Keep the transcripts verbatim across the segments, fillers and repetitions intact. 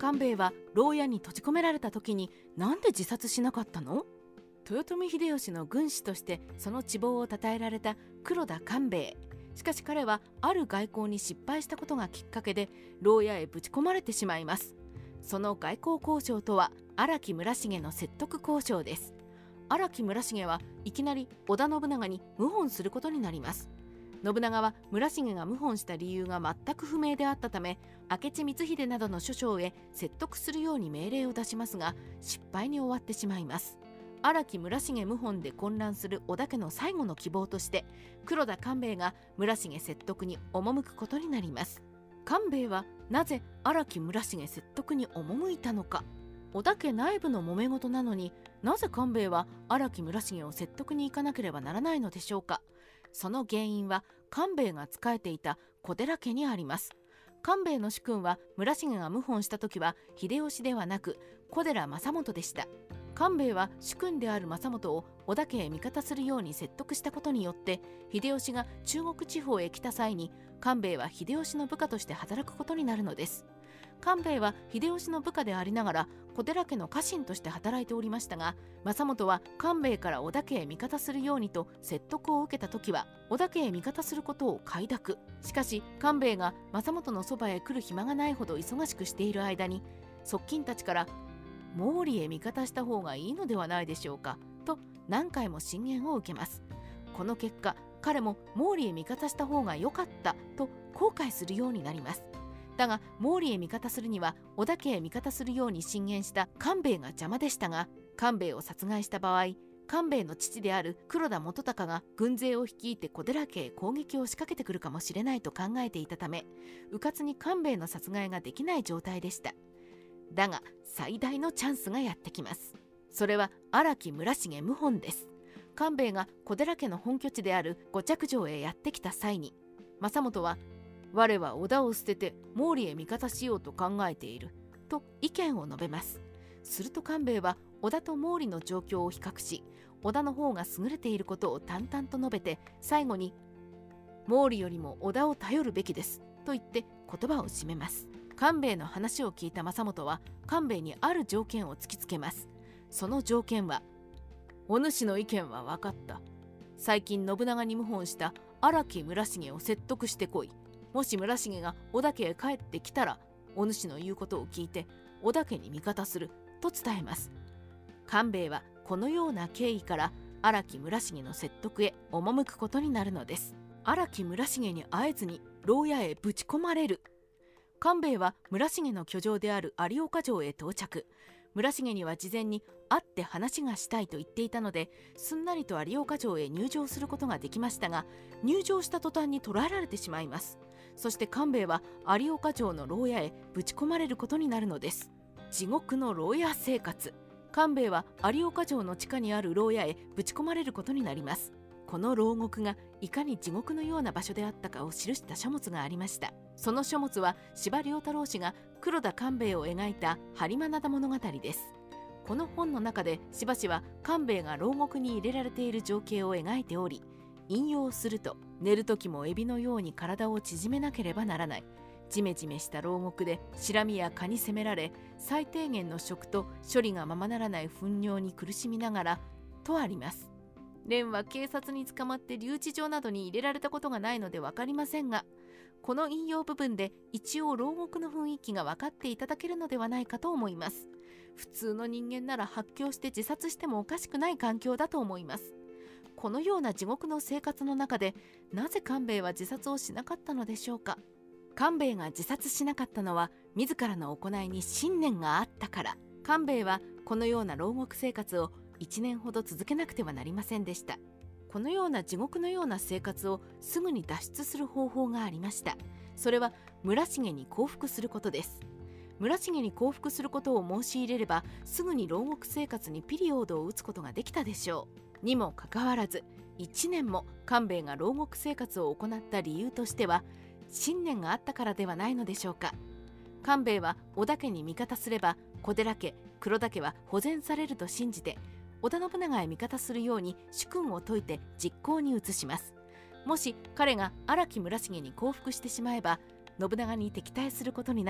官兵衛は牢屋に閉じ込められた時になんで自殺しなかったの？豊臣秀吉の軍師としてその地望を称えられた黒田官兵衛。しかし彼はある外交に失敗したことがきっかけで牢屋へぶち込まれてしまいます。その外交交渉とは荒木村重の説得交渉です。荒木村重はいきなり織田信長に謀反することになります。信長は村重が謀反した理由が全く不明であったため、明智光秀などの諸将へ説得するように命令を出しますが、失敗に終わってしまいます。荒木村重謀反で混乱する織田家の最後の希望として黒田官兵衛が村重説得に赴くことになります。官兵衛はなぜ荒木村重説得に赴いたのか。織田家内部の揉め事なのになぜ官兵衛は荒木村重を説得に行かなければならないのでしょうか。その原因は官兵衛が仕えていた小寺家にあります。官兵衛の主君は村重が謀反した時は秀吉ではなく小寺正元でした。官兵衛は主君である正元を織田家へ味方するように説得したことによって秀吉が中国地方へ来た際に官兵衛は秀吉の部下として働くことになるのです。官兵衛は秀吉の部下でありながら小寺家の家臣として働いておりましたが、正元は官兵衛から織田家へ味方するようにと説得を受けた時は織田家へ味方することを快諾。しかし官兵衛が正元のそばへ来る暇がないほど忙しくしている間に側近たちから毛利へ味方した方がいいのではないでしょうかと何回も進言を受けます。この結果彼も毛利へ味方した方が良かったと後悔するようになります。だが毛利へ味方するには織田家へ味方するように進言した官兵衛が邪魔でしたが、官兵衛を殺害した場合官兵衛の父である黒田元孝が軍勢を率いて小寺家へ攻撃を仕掛けてくるかもしれないと考えていたため、迂闊に官兵衛の殺害ができない状態でした。だが最大のチャンスがやってきます。それは荒木村重謀反です。官兵衛が小寺家の本拠地である五着城へやってきた際に正元は我は織田を捨てて毛利へ味方しようと考えていると意見を述べます。すると官兵衛は織田と毛利の状況を比較し織田の方が優れていることを淡々と述べて、最後に毛利よりも織田を頼るべきですと言って言葉を締めます。官兵衛の話を聞いた正元は官兵衛にある条件を突きつけます。その条件は、お主の意見は分かった。最近信長に謀反した荒木村重を説得してこい。もし村重が織田家へ帰ってきたらお主の言うことを聞いて織田家に味方すると伝えます。官兵衛はこのような経緯から荒木村重の説得へ赴くことになるのです。荒木村重に会えずに牢屋へぶち込まれる。官兵衛は村重の居城である有岡城へ到着。村重には事前に会って話がしたいと言っていたのですんなりと有岡城へ入城することができましたが、入城した途端に捕らえられてしまいます。そして官兵衛は有岡城の牢屋へぶち込まれることになるのです。地獄の牢屋生活。官兵衛は有岡城の地下にある牢屋へぶち込まれることになります。この牢獄がいかに地獄のような場所であったかを記した書物がありました。その書物は司馬遼太郎氏が黒田官兵衛を描いた播磨灘物語です。この本の中で司馬氏は官兵衛が牢獄に入れられている情景を描いており、引用すると、寝る時もエビのように体を縮めなければならない。ジメジメした牢獄でシラミや蚊に責められ、最低限の食と処理がままならない糞尿に苦しみながらとあります。蓮は警察に捕まって留置場などに入れられたことがないので分かりませんが、この引用部分で一応牢獄の雰囲気が分かっていただけるのではないかと思います。普通の人間なら発狂して自殺してもおかしくない環境だと思います。このような地獄の生活の中でなぜ官兵衛は自殺をしなかったのでしょうか。官兵衛が自殺しなかったのは自らの行いに信念があったから。官兵衛はこのような牢獄生活をいちねんほど続けなくてはなりませんでした。このような地獄のような生活をすぐに脱出する方法がありました。それは村重に降伏することです。村重に降伏することを申し入れればすぐに牢獄生活にピリオドを打つことができたでしょう。にもかかわらずいちねんも官兵衛が牢獄生活を行った理由としては信念があったからではないのでしょうか。官兵衛は織田家に味方すれば小寺家、黒田家は保全されると信じて織田信長へ味方するように主君を説いて実行に移します。もし彼が荒木村重に降伏してしまえば信長に敵対することになり、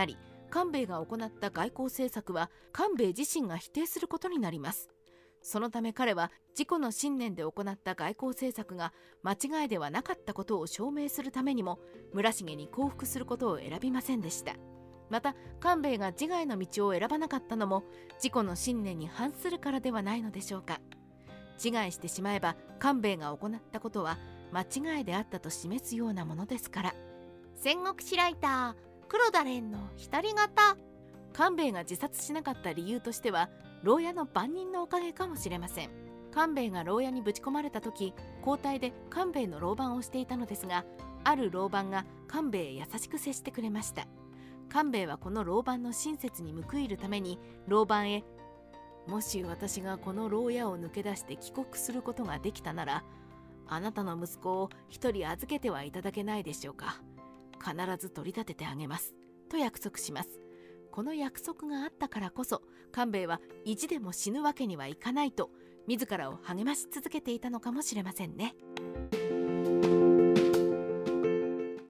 官兵衛が行った外交政策は官兵衛自身が否定することになります。そのため彼は自己の信念で行った外交政策が間違いではなかったことを証明するためにも村重に降伏することを選びませんでした。また官兵衛が自害の道を選ばなかったのも自己の信念に反するからではないのでしょうか。自害してしまえば官兵衛が行ったことは間違いであったと示すようなものですから。 戦国史ライター黒田蓮の独り言。 官兵衛が自殺しなかった理由としては牢屋の番人のおかげかもしれません。官兵衛が牢屋にぶち込まれた時、交代で官兵衛の牢番をしていたのですが、ある牢番が官兵衛へ優しく接してくれました。官兵衛はこの牢番の親切に報いるために牢番へ、もし私がこの牢屋を抜け出して帰国することができたなら、あなたの息子を一人預けてはいただけないでしょうか。必ず取り立ててあげますと約束します。この約束があったからこそ官兵衛は意地でも死ぬわけにはいかないと自らを励まし続けていたのかもしれませんね。